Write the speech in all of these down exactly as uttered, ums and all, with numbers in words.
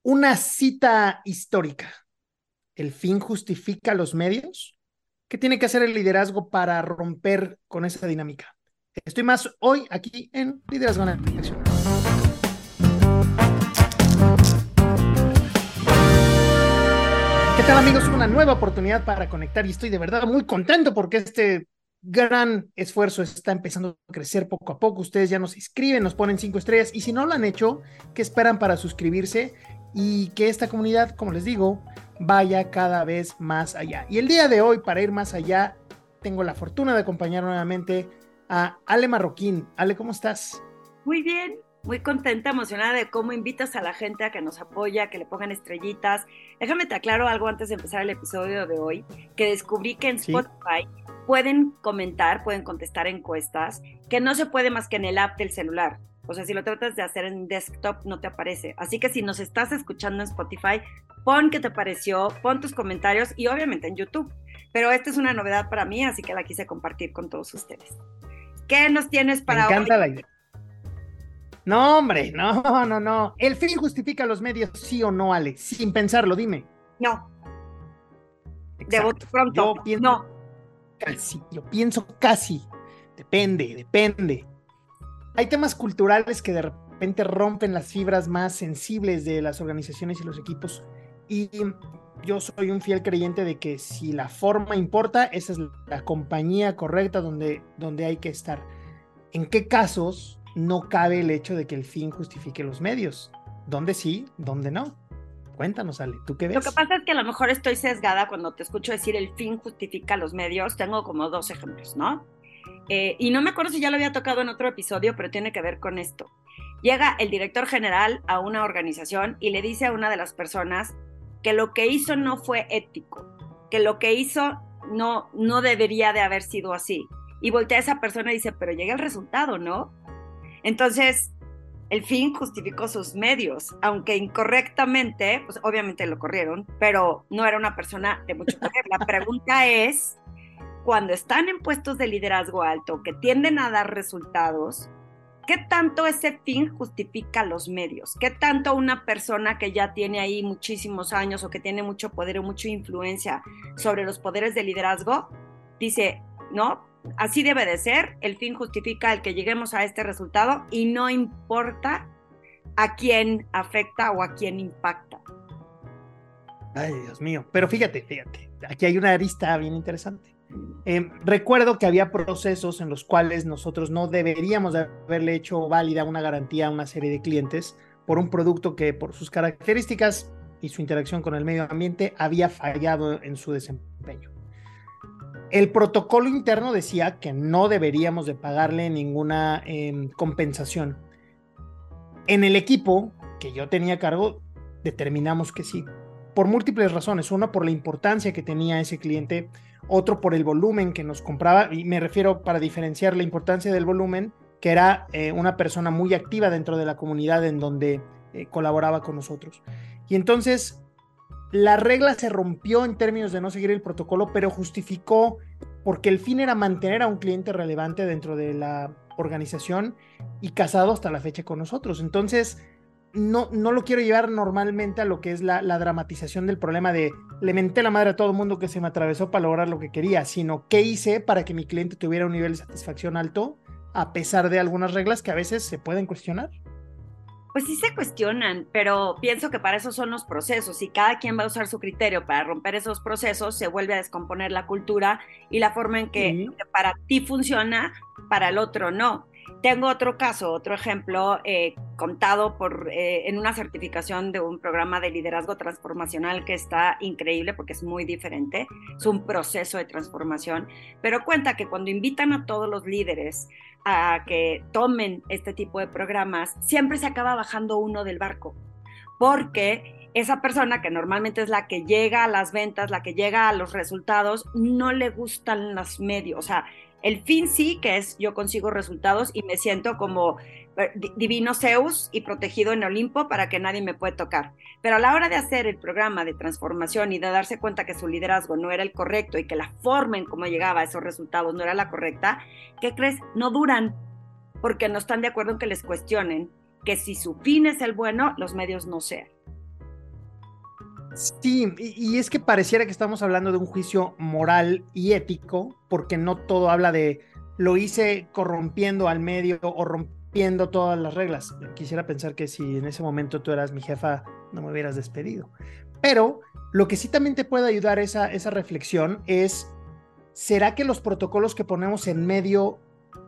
Una cita histórica. ¿El fin justifica los medios? ¿Qué tiene que hacer el liderazgo para romper con esa dinámica? Estoy más hoy aquí en Liderazgo en Acción. ¿Qué tal, amigos? Una nueva oportunidad para conectar y estoy de verdad muy contento porque este gran esfuerzo está empezando a crecer poco a poco. Ustedes ya nos inscriben, nos ponen cinco estrellas y si no lo han hecho, ¿qué esperan para suscribirse? Y que esta comunidad, como les digo, vaya cada vez más allá. Y el día de hoy, para ir más allá, tengo la fortuna de acompañar nuevamente a Ale Marroquín. Ale, ¿cómo estás? Muy bien, muy contenta, emocionada de cómo invitas a la gente a que nos apoya, a que le pongan estrellitas. Déjame te aclaro algo antes de empezar el episodio de hoy, que descubrí que en Sí. Spotify pueden comentar, pueden contestar encuestas, que no se puede más que en el app del celular. O sea, si lo tratas de hacer en desktop, no te aparece. Así que si nos estás escuchando en Spotify, pon qué te pareció, pon tus comentarios y obviamente en YouTube. Pero esta es una novedad para mí, así que la quise compartir con todos ustedes. ¿Qué nos tienes Me para hoy? encanta la idea. No, hombre, no, no, no. ¿El fin justifica los medios, sí o no, Ale? Sin pensarlo, dime. No, de Exacto. voto pronto, Yo pienso no. casi, yo pienso casi. Depende, depende. Hay temas culturales que de repente rompen las fibras más sensibles de las organizaciones y los equipos. Y yo soy un fiel creyente de que si la forma importa, esa es la compañía correcta donde, donde hay que estar. ¿En qué casos no cabe el hecho de que el fin justifique los medios? ¿Dónde sí? ¿Dónde no? Cuéntanos, Ale, ¿tú qué Lo que ves? pasa es que a lo mejor estoy sesgada cuando te escucho decir el fin justifica los medios. Tengo como dos ejemplos, ¿no? Eh, y no me acuerdo si ya lo había tocado en otro episodio, pero tiene que ver con esto. Llega el director general a una organización y le dice a una de las personas que lo que hizo no fue ético, que lo que hizo no, no debería de haber sido así. Y voltea a esa persona y dice, pero llega el resultado, ¿no? Entonces, el fin justificó sus medios, aunque incorrectamente, pues obviamente lo corrieron, pero no era una persona de mucho poder. La pregunta es, cuando están en puestos de liderazgo alto, que tienden a dar resultados, ¿qué tanto ese fin justifica los medios? ¿Qué tanto una persona que ya tiene ahí muchísimos años o que tiene mucho poder o mucha influencia sobre los poderes de liderazgo dice, no, así debe de ser, el fin justifica el que lleguemos a este resultado y no importa a quién afecta o a quién impacta? Ay, Dios mío. Pero fíjate, fíjate, aquí hay una arista bien interesante. Eh, recuerdo que había procesos en los cuales nosotros no deberíamos de haberle hecho válida una garantía a una serie de clientes por un producto que por sus características y su interacción con el medio ambiente había fallado en su desempeño. El protocolo interno decía que no deberíamos de pagarle ninguna eh, compensación. En el equipo que yo tenía a cargo, determinamos que sí, por múltiples razones. Uno, por la importancia que tenía ese cliente, otro, por el volumen que nos compraba, y me refiero para diferenciar la importancia del volumen, que era eh, una persona muy activa dentro de la comunidad en donde eh, colaboraba con nosotros. Y entonces, la regla se rompió en términos de no seguir el protocolo, pero justificó porque el fin era mantener a un cliente relevante dentro de la organización y casado hasta la fecha con nosotros. Entonces, no, no lo quiero llevar normalmente a lo que es la, la dramatización del problema de le menté la madre a todo el mundo que se me atravesó para lograr lo que quería, sino qué hice para que mi cliente tuviera un nivel de satisfacción alto a pesar de algunas reglas que a veces se pueden cuestionar. Pues sí se cuestionan, pero pienso que para eso son los procesos y cada quien va a usar su criterio para romper esos procesos, se vuelve a descomponer la cultura y la forma en que, Sí. que para ti funciona, para el otro no. Tengo otro caso, otro ejemplo eh, contado por, eh, en una certificación de un programa de liderazgo transformacional que está increíble porque es muy diferente, es un proceso de transformación, pero cuenta que cuando invitan a todos los líderes a que tomen este tipo de programas, siempre se acaba bajando uno del barco, porque esa persona que normalmente es la que llega a las ventas, la que llega a los resultados, no le gustan los medios. O sea, el fin sí, que es yo consigo resultados y me siento como divino Zeus y protegido en Olimpo para que nadie me puede tocar. Pero a la hora de hacer el programa de transformación y de darse cuenta que su liderazgo no era el correcto y que la forma en cómo llegaba a esos resultados no era la correcta, ¿qué crees? No duran porque no están de acuerdo en que les cuestionen que si su fin es el bueno, los medios no sean. Sí, y, y es que pareciera que estamos hablando de un juicio moral y ético, porque no todo habla de lo hice corrompiendo al medio o rompiendo todas las reglas. Quisiera pensar que si en ese momento tú eras mi jefa, no me hubieras despedido. Pero lo que sí también te puede ayudar esa, esa reflexión es, ¿será que los protocolos que ponemos en medio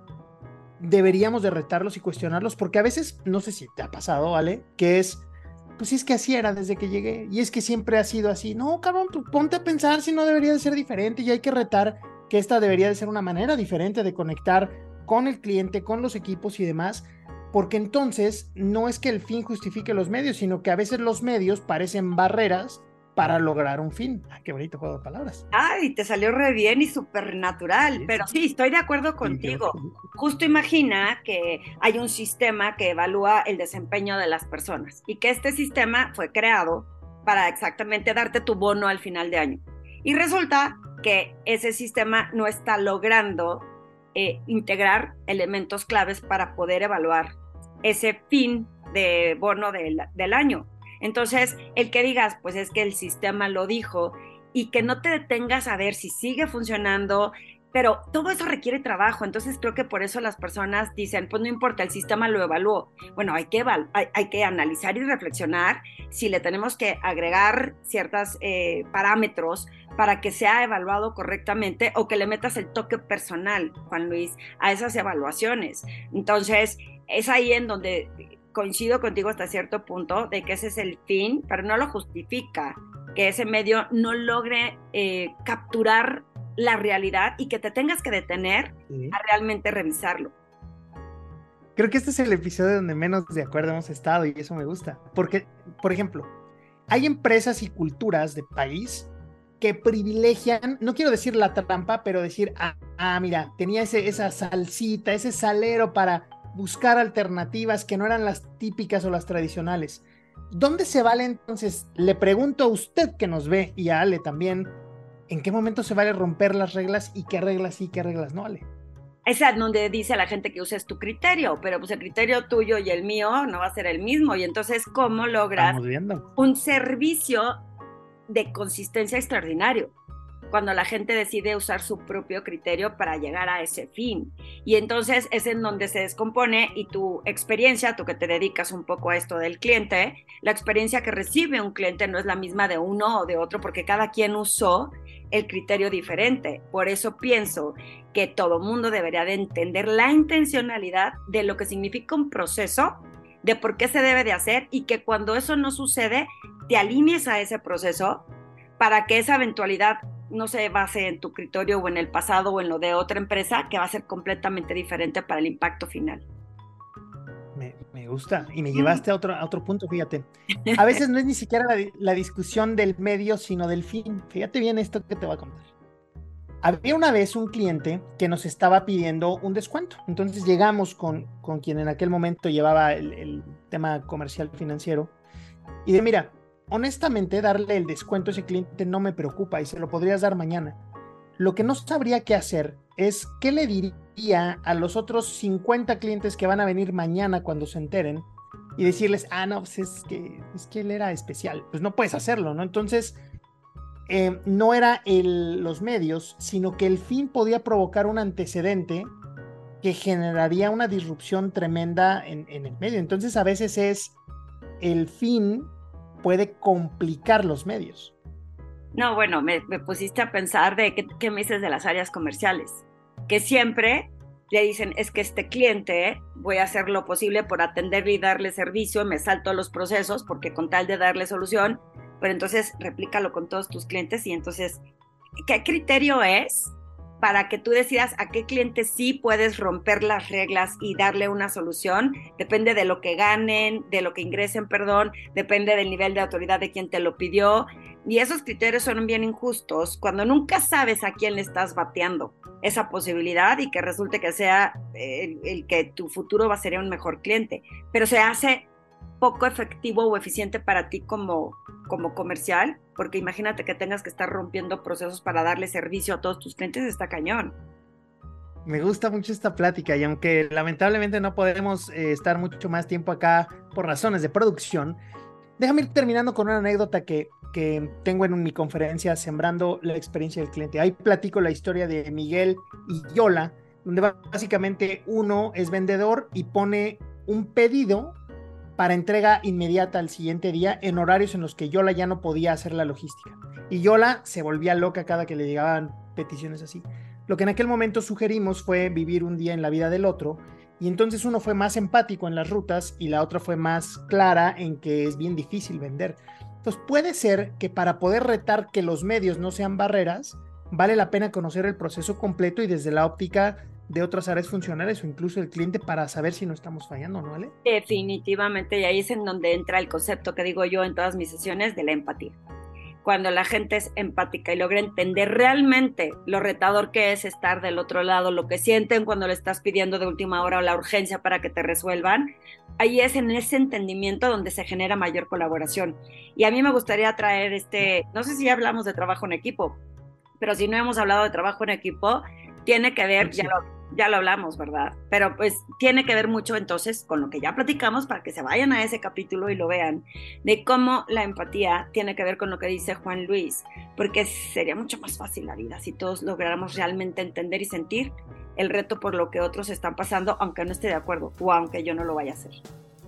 deberíamos de retarlos y cuestionarlos? Porque a veces, no sé si te ha pasado, ¿vale? Que es, pues es que así era desde que llegué, y es que siempre ha sido así. No, cabrón, tú ponte a pensar si no debería de ser diferente, y hay que retar que esta debería de ser una manera diferente de conectar con el cliente, con los equipos y demás, porque entonces no es que el fin justifique los medios, sino que a veces los medios parecen barreras para lograr un fin. Ah, qué bonito juego de palabras. Ay, te salió re bien y súper natural, Sí, pero sí, sí, estoy de acuerdo sí, qué contigo. bonito. Justo imagina que hay un sistema que evalúa el desempeño de las personas y que este sistema fue creado para exactamente darte tu bono al final de año. Y resulta que ese sistema no está logrando eh, integrar elementos claves para poder evaluar ese fin de bono del, del año. Entonces, el que digas, pues es que el sistema lo dijo y que no te detengas a ver si sigue funcionando, pero todo eso requiere trabajo. Entonces, creo que por eso las personas dicen, pues no importa, el sistema lo evaluó. Bueno, hay que, evalu- hay, hay que analizar y reflexionar si le tenemos que agregar ciertos eh, parámetros para que sea evaluado correctamente o que le metas el toque personal, Juan Luis, a esas evaluaciones. Entonces, es ahí en donde coincido contigo hasta cierto punto de que ese es el fin, pero no lo justifica que ese medio no logre eh, capturar la realidad y que te tengas que detener Sí. a realmente revisarlo. Creo que este es el episodio donde menos de acuerdo hemos estado, y eso me gusta. Porque, por ejemplo, hay empresas y culturas de país que privilegian, no quiero decir la trampa, pero decir, ah, ah mira, tenía ese, esa salsita, ese salero para buscar alternativas que no eran las típicas o las tradicionales. ¿Dónde se vale entonces? Le pregunto a usted que nos ve, y a Ale también, ¿en qué momento se vale romper las reglas y qué reglas sí, qué reglas no, Ale? Es a donde dice a la gente que uses tu criterio, pero pues el criterio tuyo y el mío no va a ser el mismo. Y entonces, ¿cómo logras Estamos viendo. un servicio de consistencia extraordinario cuando la gente decide usar su propio criterio para llegar a ese fin? Y entonces es en donde se descompone y tu experiencia, tú que te dedicas un poco a esto del cliente, la experiencia que recibe un cliente no es la misma de uno o de otro porque cada quien usó el criterio diferente. Por eso pienso que todo mundo debería de entender la intencionalidad de lo que significa un proceso, de por qué se debe de hacer y que cuando eso no sucede, te alinees a ese proceso para que esa eventualidad no se base en tu criterio o en el pasado o en lo de otra empresa, que va a ser completamente diferente para el impacto final. Me, me gusta, y me llevaste a otro, a otro punto, fíjate. A veces no es ni siquiera la, la discusión del medio, sino del fin. Fíjate bien esto que te voy a contar. Había una vez un cliente que nos estaba pidiendo un descuento. Entonces llegamos con, con quien en aquel momento llevaba el, el tema comercial financiero y de mira, honestamente darle el descuento a ese cliente no me preocupa y se lo podrías dar mañana. Lo que no sabría qué hacer es qué le diría a los otros cincuenta clientes que van a venir mañana cuando se enteren y decirles, ah, no, pues es que, es que él era especial. Pues no puedes hacerlo, ¿no? Entonces, eh, no era el, los medios, sino que el fin podía provocar un antecedente que generaría una disrupción tremenda en, en el medio. Entonces, a veces es el fin puede complicar los medios. No, bueno, me, me pusiste a pensar de qué, qué me dices de las áreas comerciales, que siempre le dicen, es que este cliente voy a hacer lo posible por atenderle y darle servicio, me salto los procesos porque con tal de darle solución, pero entonces replícalo con todos tus clientes y entonces, ¿qué criterio es para que tú decidas a qué cliente sí puedes romper las reglas y darle una solución? Depende de lo que ganen, de lo que ingresen, perdón, depende del nivel de autoridad de quien te lo pidió. Y esos criterios son bien injustos cuando nunca sabes a quién le estás bateando esa posibilidad y que resulte que sea el, el que tu futuro va a ser un mejor cliente. Pero se hace poco efectivo o eficiente para ti como, como comercial, porque imagínate que tengas que estar rompiendo procesos para darle servicio a todos tus clientes, está cañón. Me gusta mucho esta plática y aunque lamentablemente no podemos eh, estar mucho más tiempo acá por razones de producción, déjame ir terminando con una anécdota que, que tengo en mi conferencia Sembrando la experiencia del cliente. Ahí platico la historia de Miguel y Yola, donde básicamente uno es vendedor y pone un pedido para entrega inmediata al siguiente día en horarios en los que Yola ya no podía hacer la logística. Y Yola se volvía loca cada que le llegaban peticiones así. Lo que en aquel momento sugerimos fue vivir un día en la vida del otro, y entonces uno fue más empático en las rutas y la otra fue más clara en que es bien difícil vender. Entonces puede ser que para poder retar que los medios no sean barreras, vale la pena conocer el proceso completo y desde la óptica de otras áreas funcionales o incluso el cliente para saber si no estamos fallando, ¿no, Ale? Definitivamente, y ahí es en donde entra el concepto que digo yo en todas mis sesiones de la empatía. Cuando la gente es empática y logra entender realmente lo retador que es estar del otro lado, lo que sienten cuando le estás pidiendo de última hora o la urgencia para que te resuelvan, ahí es en ese entendimiento donde se genera mayor colaboración. Y a mí me gustaría traer este, no sé si ya hablamos de trabajo en equipo, pero si no hemos hablado de trabajo en equipo, tiene que ver, sí. ya, lo, ya lo hablamos, ¿verdad? Pero pues tiene que ver mucho entonces con lo que ya platicamos para que se vayan a ese capítulo y lo vean, de cómo la empatía tiene que ver con lo que dice Juan Luis, porque sería mucho más fácil la vida si todos lográramos realmente entender y sentir el reto por lo que otros están pasando, aunque no esté de acuerdo o aunque yo no lo vaya a hacer.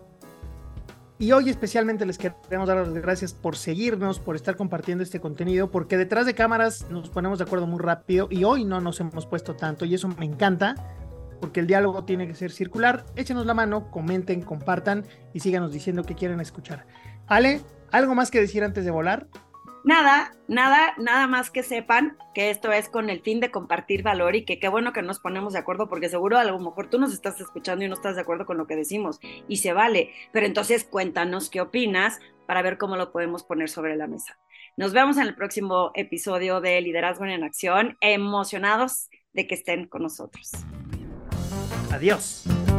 Y hoy especialmente les queremos dar las gracias por seguirnos, por estar compartiendo este contenido, porque detrás de cámaras nos ponemos de acuerdo muy rápido y hoy no nos hemos puesto tanto y eso me encanta, porque el diálogo tiene que ser circular. Échenos la mano, comenten, compartan y síganos diciendo qué quieren escuchar. Ale, ¿algo más que decir antes de volar? Nada, nada, nada más que sepan que esto es con el fin de compartir valor y que qué bueno que nos ponemos de acuerdo porque seguro a lo mejor tú nos estás escuchando y no estás de acuerdo con lo que decimos y se vale, pero entonces cuéntanos qué opinas para ver cómo lo podemos poner sobre la mesa. Nos vemos en el próximo episodio de Liderazgo en Acción, emocionados de que estén con nosotros. Adiós.